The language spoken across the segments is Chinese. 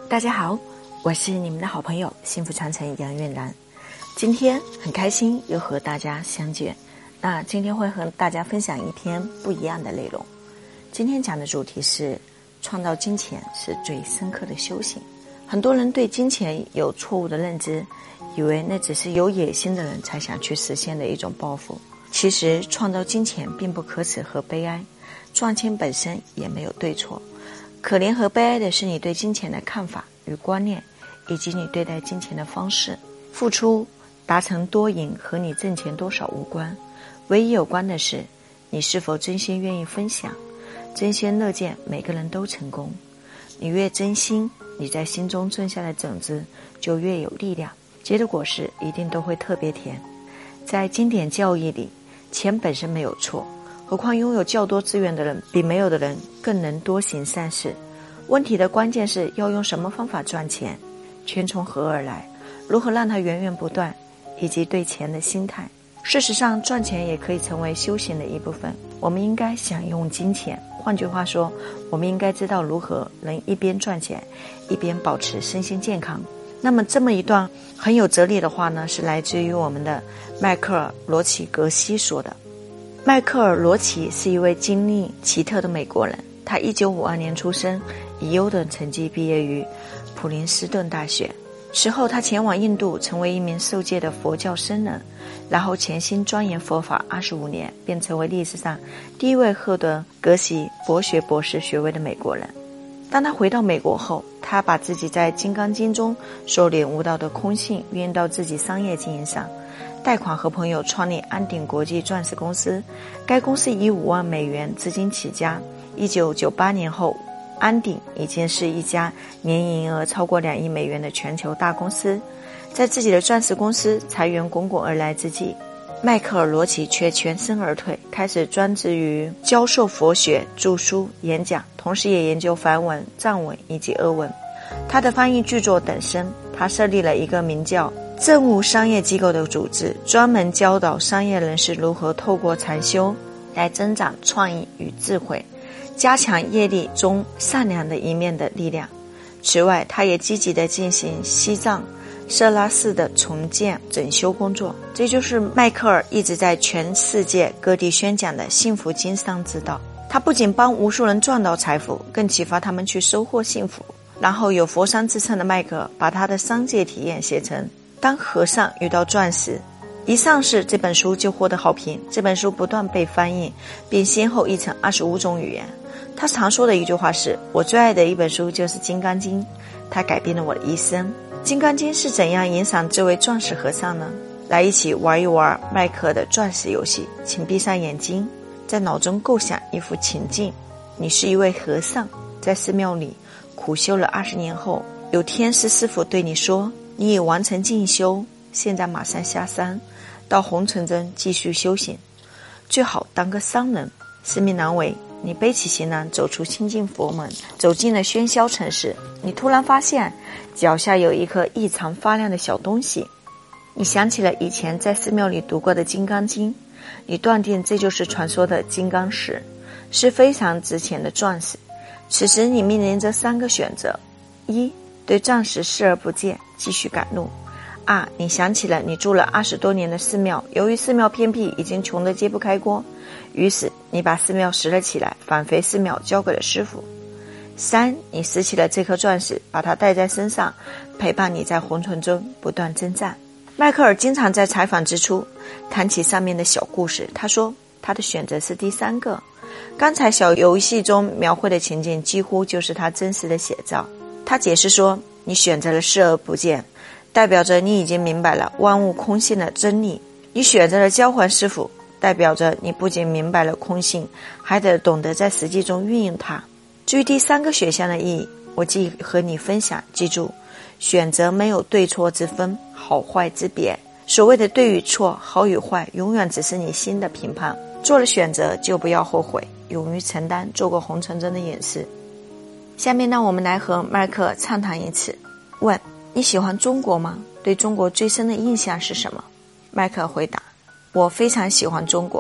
大家好，我是你们的好朋友幸福传承杨月兰。今天很开心又和大家相见。那今天会和大家分享一篇不一样的内容。今天讲的主题是创造金钱是最深刻的修行。很多人对金钱有错误的认知，以为那只是有野心的人才想去实现的一种抱负。其实创造金钱并不可耻和悲哀，赚钱本身也没有对错。可怜和悲哀的是你对金钱的看法与观念，以及你对待金钱的方式。付出达成多赢和你挣钱多少无关，唯一有关的是你是否真心愿意分享，真心乐见每个人都成功。你越真心，你在心中种下的种子就越有力量，结的果实一定都会特别甜。在经典教义里，钱本身没有错，何况拥有较多资源的人比没有的人更能多行善事。问题的关键是要用什么方法赚钱，钱从何而来，如何让它源源不断，以及对钱的心态。事实上，赚钱也可以成为修行的一部分。我们应该享用金钱，换句话说，我们应该知道如何能一边赚钱一边保持身心健康。那么这么一段很有哲理的话呢，是来自于我们的迈克尔·罗奇格西说的。迈克尔·罗奇是一位经历奇特的美国人，他1952年出生，以优等成绩毕业于普林斯顿大学。此后他前往印度，成为一名受戒的佛教僧人，然后潜心钻研佛法25年，便成为历史上第一位获得格西博学博士学位的美国人。当他回到美国后，他把自己在《金刚经》中所领悟到的空性运用到自己商业经营上，贷款和朋友创立安鼎国际钻石公司，该公司以5万美元资金起家。1998年后，安鼎已经是一家年营业额超过2亿美元的全球大公司。在自己的钻石公司财源滚滚而来之际，迈克尔·罗奇却全身而退，开始专职于教授佛学、著书、演讲，同时也研究梵文、藏文以及俄文。他的翻译巨作等身，他设立了一个名叫政务商业机构的组织，专门教导商业人士如何透过禅修来增长创意与智慧，加强业力中善良的一面的力量。此外，他也积极地进行西藏色拉寺的重建整修工作，这就是迈克尔一直在全世界各地宣讲的幸福经商之道。他不仅帮无数人赚到财富，更启发他们去收获幸福。然后有佛山之称的迈克尔把他的商界体验写成《当和尚遇到钻石》，一上市这本书就获得好评。这本书不断被翻译，并先后译成25种语言。他常说的一句话是，我最爱的一本书就是《金刚经》，它改变了我的一生。《金刚经》是怎样影响这位钻石和尚呢？来一起玩一玩迈克尔的钻石游戏。请闭上眼睛，在脑中构想一幅情境，你是一位和尚，在寺庙里苦修了20年后，有天师师父对你说，你已完成进修，现在马上下山到红尘中继续修行，最好当个商人。使命难违，你背起行囊走出清净佛门，走进了喧嚣城市。你突然发现脚下有一颗异常发亮的小东西，你想起了以前在寺庙里读过的金刚经，你断定这就是传说的金刚石，是非常值钱的钻石。此时你面临着3个选择：一，对钻石视而不见，继续赶路；二，你想起了你住了20多年的寺庙，由于寺庙偏僻，已经穷得揭不开锅，于是你把寺庙拾了起来，返回寺庙交给了师傅；三，你拾起了这颗钻石，把它带在身上，陪伴你在红尘中不断征战。迈克尔经常在采访之初谈起上面的小故事，他说他的选择是第3个。刚才小游戏中描绘的情景几乎就是他真实的写照。他解释说，你选择了视而不见，代表着你已经明白了万物空性的真理；你选择了交还师傅，代表着你不仅明白了空性，还得懂得在实际中运用它。至于第3个选项的意义，我既和你分享。记住，选择没有对错之分，好坏之别。所谓的对与错，好与坏，永远只是你心的评判。做了选择就不要后悔，勇于承担，做过红尘中的演示。下面让我们来和迈克尔畅谈一次。问：你喜欢中国吗？对中国最深的印象是什么？迈克尔回答：我非常喜欢中国。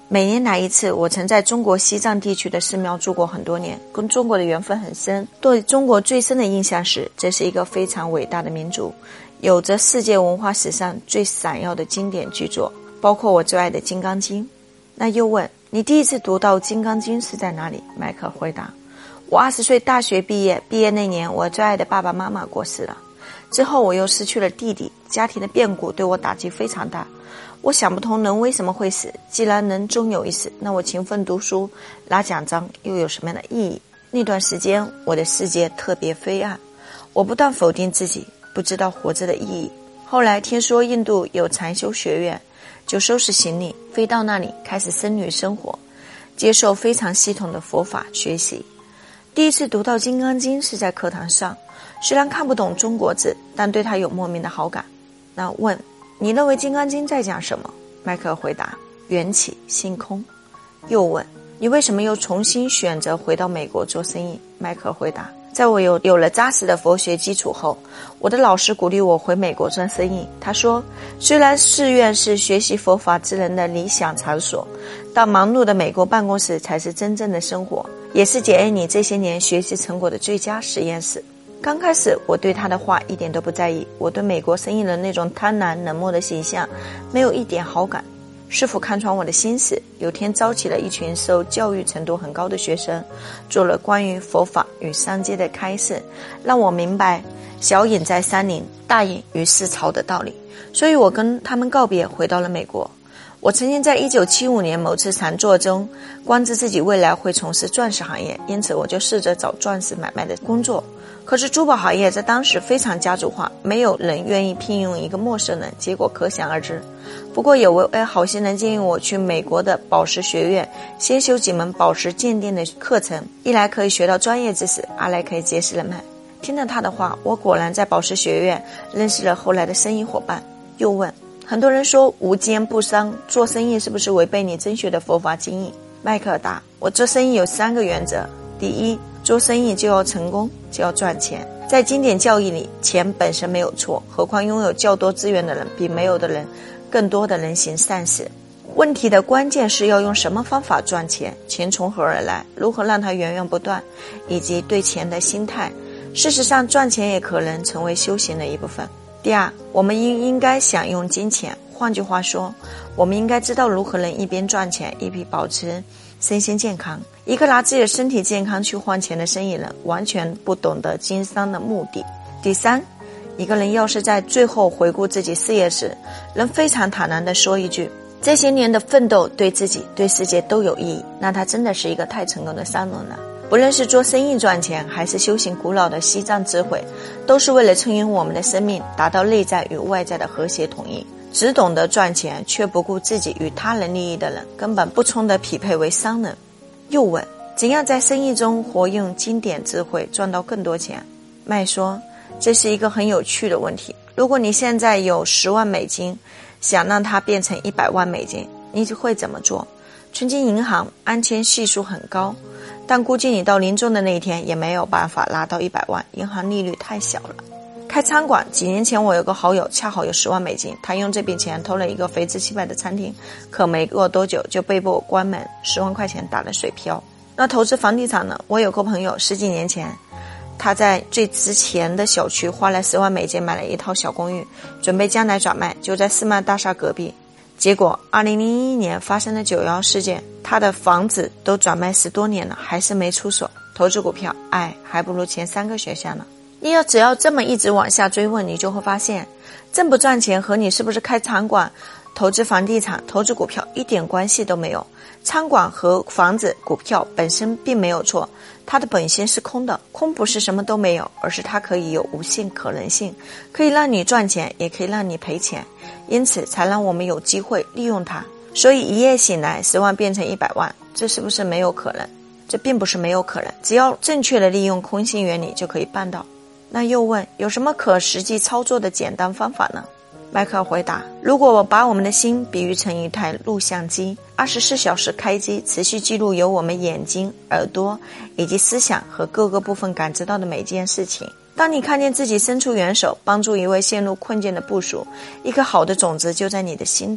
每年来一次。我曾在中国西藏地区的寺庙住过很多年，跟中国的缘分很深。对中国最深的印象是，这是一个非常伟大的民族，有着世界文化史上最闪耀的经典巨作，包括我最爱的《金刚经》。那又问，你第一次读到《金刚经》是在哪里？迈克回答，我20岁大学毕业那年，我最爱的爸爸妈妈过世了，之后我又失去了弟弟，家庭的变故对我打击非常大。我想不通人为什么会死，既然人终有一死，那我勤奋读书拿奖章又有什么样的意义？那段时间我的世界特别灰暗，我不断否定自己，不知道活着的意义。后来听说印度有禅修学院，就收拾行李飞到那里，开始僧侣生活，接受非常系统的佛法学习。第一次读到《金刚经》是在课堂上，虽然看不懂中国字，但对它有莫名的好感。那问，你认为《金刚经》在讲什么？迈克回答，缘起性空。又问，你为什么又重新选择回到美国做生意？迈克回答，在我有了扎实的佛学基础后，我的老师鼓励我回美国做生意。他说，虽然寺院是学习佛法之人的理想场所，但忙碌的美国办公室才是真正的生活，也是检验你这些年学习成果的最佳实验室。刚开始我对他的话一点都不在意，我对美国生意人那种贪婪冷漠的形象没有一点好感。师父看穿我的心思，有天召集了一群受教育程度很高的学生，做了关于佛法与商机的开示，让我明白小隐在山林，大隐于市曹的道理。所以我跟他们告别，回到了美国。我曾经在1975年某次禅坐中观知自己未来会从事钻石行业，因此我就试着找钻石买卖的工作。可是珠宝行业在当时非常家族化，没有人愿意聘用一个陌生人，结果可想而知。不过有位好心人建议我去美国的宝石学院先修几门宝石鉴定的课程，一来可以学到专业知识，二来可以结识人脉。听了他的话，我果然在宝石学院认识了后来的生意伙伴。又问，很多人说无奸不商，做生意是不是违背你真学的佛法经义？迈克尔答，我做生意有3个原则。第一，做生意就要成功，就要赚钱。在经典教义里，钱本身没有错，何况拥有较多资源的人比没有的人更多的人行善事。问题的关键是要用什么方法赚钱，钱从何而来，如何让它源源不断，以及对钱的心态。事实上，赚钱也可能成为修行的一部分。第二，我们应该享用金钱，换句话说，我们应该知道如何能一边赚钱一边保持身心健康。一个拿自己的身体健康去换钱的生意人，完全不懂得经商的目的。第三，一个人要是在最后回顾自己事业时，能非常坦然地说一句，这些年的奋斗对自己对世界都有意义，那他真的是一个太成功的商人了。不论是做生意赚钱，还是修行古老的西藏智慧，都是为了充盈我们的生命，达到内在与外在的和谐统一。只懂得赚钱却不顾自己与他人利益的人，根本不充得匹配为商人。又问，怎样在生意中活用经典智慧赚到更多钱？麦说，这是一个很有趣的问题。如果你现在有10万美金，想让它变成100万美金，你会怎么做？存进银行安全系数很高，但估计你到临终的那一天也没有办法拿到100万，银行利率太小了。开餐馆，几年前我有个好友恰好有10万美金，他用这笔钱投了一个肥滋700的餐厅，可没过多久就被迫关门，10万块钱打了水漂。那投资房地产呢？我有个朋友10几年前，他在最值钱的小区花了10万美金买了一套小公寓，准备将来转卖，就在世贸大厦隔壁。结果2001年发生了9·11事件，他的房子都转卖10多年了，还是没出手。投资股票，还不如前3个选项呢。你只要这么一直往下追问，你就会发现，挣不赚钱和你是不是开餐馆、投资房地产、投资股票一点关系都没有。餐馆和房子、股票本身并没有错，它的本性是空的。空不是什么都没有，而是它可以有无限可能性，可以让你赚钱，也可以让你赔钱，因此才让我们有机会利用它。所以一夜醒来10万变成100万，这是不是没有可能？这并不是没有可能，只要正确的利用空性原理就可以办到。那又问，有什么可实际操作的简单方法呢？迈克尔回答，如果我把我们的心比喻成一台录像机，24小时开机，持续记录由我们眼睛、耳朵以及思想和各个部分感知到的每件事情。当你看见自己伸出援手，帮助一位陷入困境的部属，一颗好的种子就在你的心中。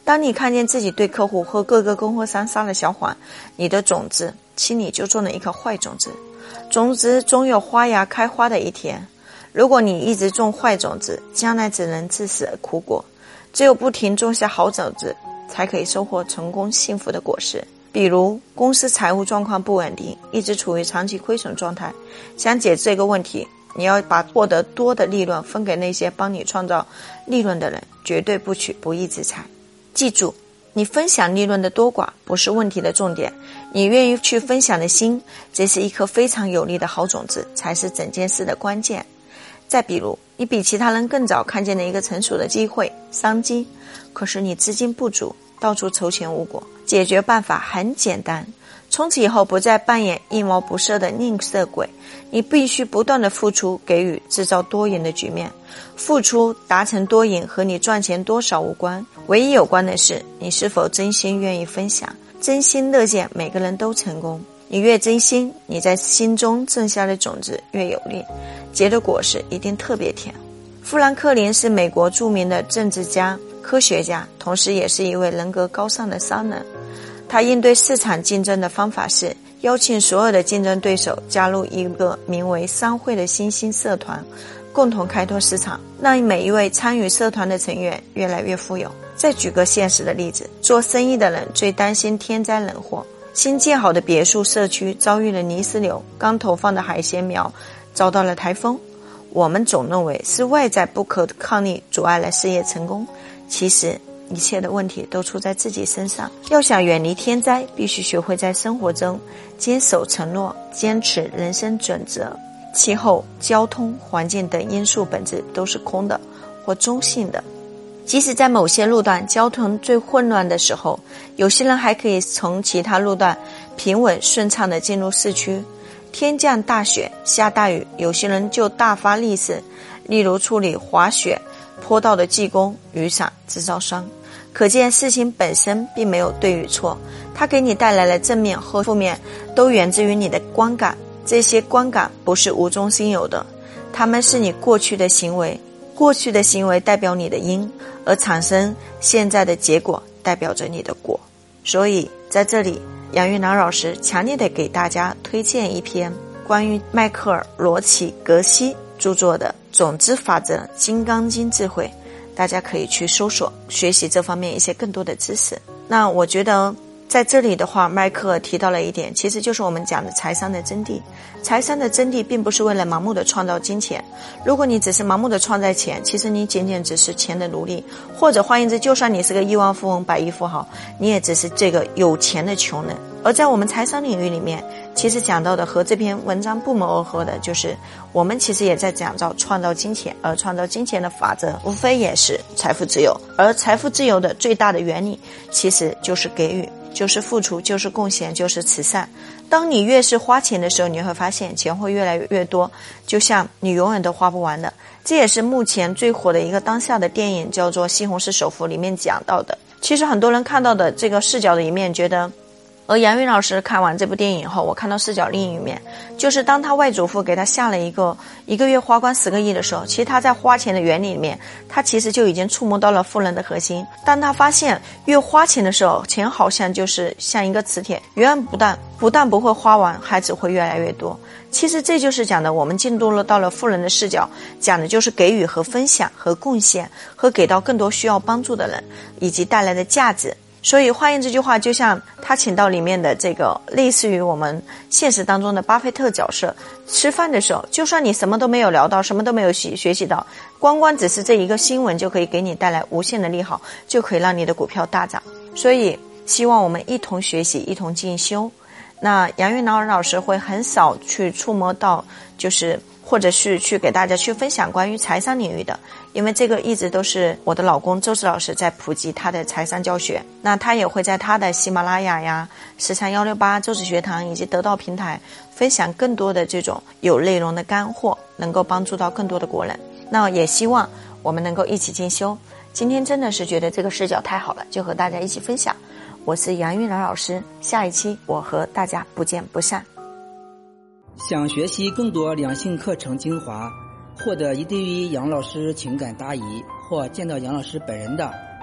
当你看见自己对客户和各个供货商撒了小谎，你的种子心里就种了一颗坏种子。种子终有发芽开花的一天，如果你一直种坏种子，将来只能自食苦果。只有不停种下好种子，才可以收获成功幸福的果实。比如公司财务状况不稳定，一直处于长期亏损状态，想解决这个问题，你要把获得多的利润分给那些帮你创造利润的人，绝对不取不义之财。记住，你分享利润的多寡不是问题的重点，你愿意去分享的心，这是一颗非常有力的好种子，才是整件事的关键。再比如，你比其他人更早看见了一个成熟的机会商机，可是你资金不足，到处筹钱无果。解决办法很简单，从此以后不再扮演一毛不舍的吝啬鬼，你必须不断的付出给予，制造多赢的局面。付出达成多赢和你赚钱多少无关，唯一有关的是你是否真心愿意分享，真心乐见每个人都成功。你越真心，你在心中种下的种子越有力，结的果实一定特别甜。富兰克林是美国著名的政治家、科学家，同时也是一位人格高尚的商人。他应对市场竞争的方法是邀请所有的竞争对手加入一个名为商会的新兴社团，共同开拓市场，让每一位参与社团的成员越来越富有。再举个现实的例子，做生意的人最担心天灾人祸，新建好的别墅社区遭遇了泥石流，刚投放的海鲜苗遭到了台风。我们总认为是外在不可抗力阻碍了事业成功，其实一切的问题都出在自己身上。要想远离天灾，必须学会在生活中坚守承诺，坚持人生准则。气候、交通、环境等因素本质都是空的或中性的。即使在某些路段交通最混乱的时候，有些人还可以从其他路段平稳顺畅地进入市区。天降大雪、下大雨，有些人就大发利市，例如处理滑雪坡道的技工、雨伞制造商。可见事情本身并没有对与错，它给你带来了正面和负面，都源自于你的观感。这些观感不是无中生有的，它们是你过去的行为，过去的行为代表你的因，而产生现在的结果代表着你的果。所以在这里，杨玉郎老师强烈的给大家推荐一篇关于迈克尔·罗奇格西著作的种子法则金刚经智慧，大家可以去搜索学习这方面一些更多的知识。那我觉得在这里的话，迈克尔提到了一点，其实就是我们讲的财商的真谛。财商的真谛并不是为了盲目的创造金钱，如果你只是盲目的创造钱，其实你仅仅只是钱的奴隶，或者换言之，就算你是个亿万富翁、百亿富豪，你也只是这个有钱的穷人。而在我们财商领域里面，其实讲到的和这篇文章不谋而合的，就是我们其实也在讲到创造金钱，而创造金钱的法则无非也是财富自由，而财富自由的最大的原理其实就是给予，就是付出，就是贡献，就是慈善。当你越是花钱的时候，你会发现钱会越来越多，就像你永远都花不完的。这也是目前最火的一个当下的电影，叫做《西红柿首富》里面讲到的。其实很多人看到的这个视角的一面觉得，而杨云老师看完这部电影以后，我看到视角另一面，就是当他外祖父给他下了一个月花光10个亿的时候，其实他在花钱的原理里面，他其实就已经触摸到了富人的核心。当他发现越花钱的时候，钱好像就是像一个磁铁，永远不但不会花完，还只会越来越多。其实这就是讲的，我们进入了到了富人的视角，讲的就是给予和分享和贡献，和给到更多需要帮助的人，以及带来的价值。所以换言这句话，就像他请到里面的这个类似于我们现实当中的巴菲特角色，吃饭的时候，就算你什么都没有聊到，什么都没有学习到，光只是这一个新闻就可以给你带来无限的利好，就可以让你的股票大涨。所以希望我们一同学习，一同进修。那杨云老师会很少去触摸到，就是或者是去给大家去分享关于财商领域的，因为这个一直都是我的老公周志老师在普及他的财商教学。那他也会在他的喜马拉雅呀、13168周子学堂以及得道平台分享更多的这种有内容的干货，能够帮助到更多的国人。那也希望我们能够一起进修。今天真的是觉得这个视角太好了，就和大家一起分享。我是杨玉兰老师，下一期我和大家不见不散。 想学习更多两性课程精华，获得一对一杨老师情感答疑，或见到杨老师本人的，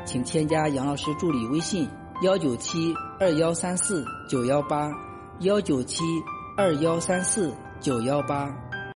请添加杨老师助理微信19721349181，19721349181。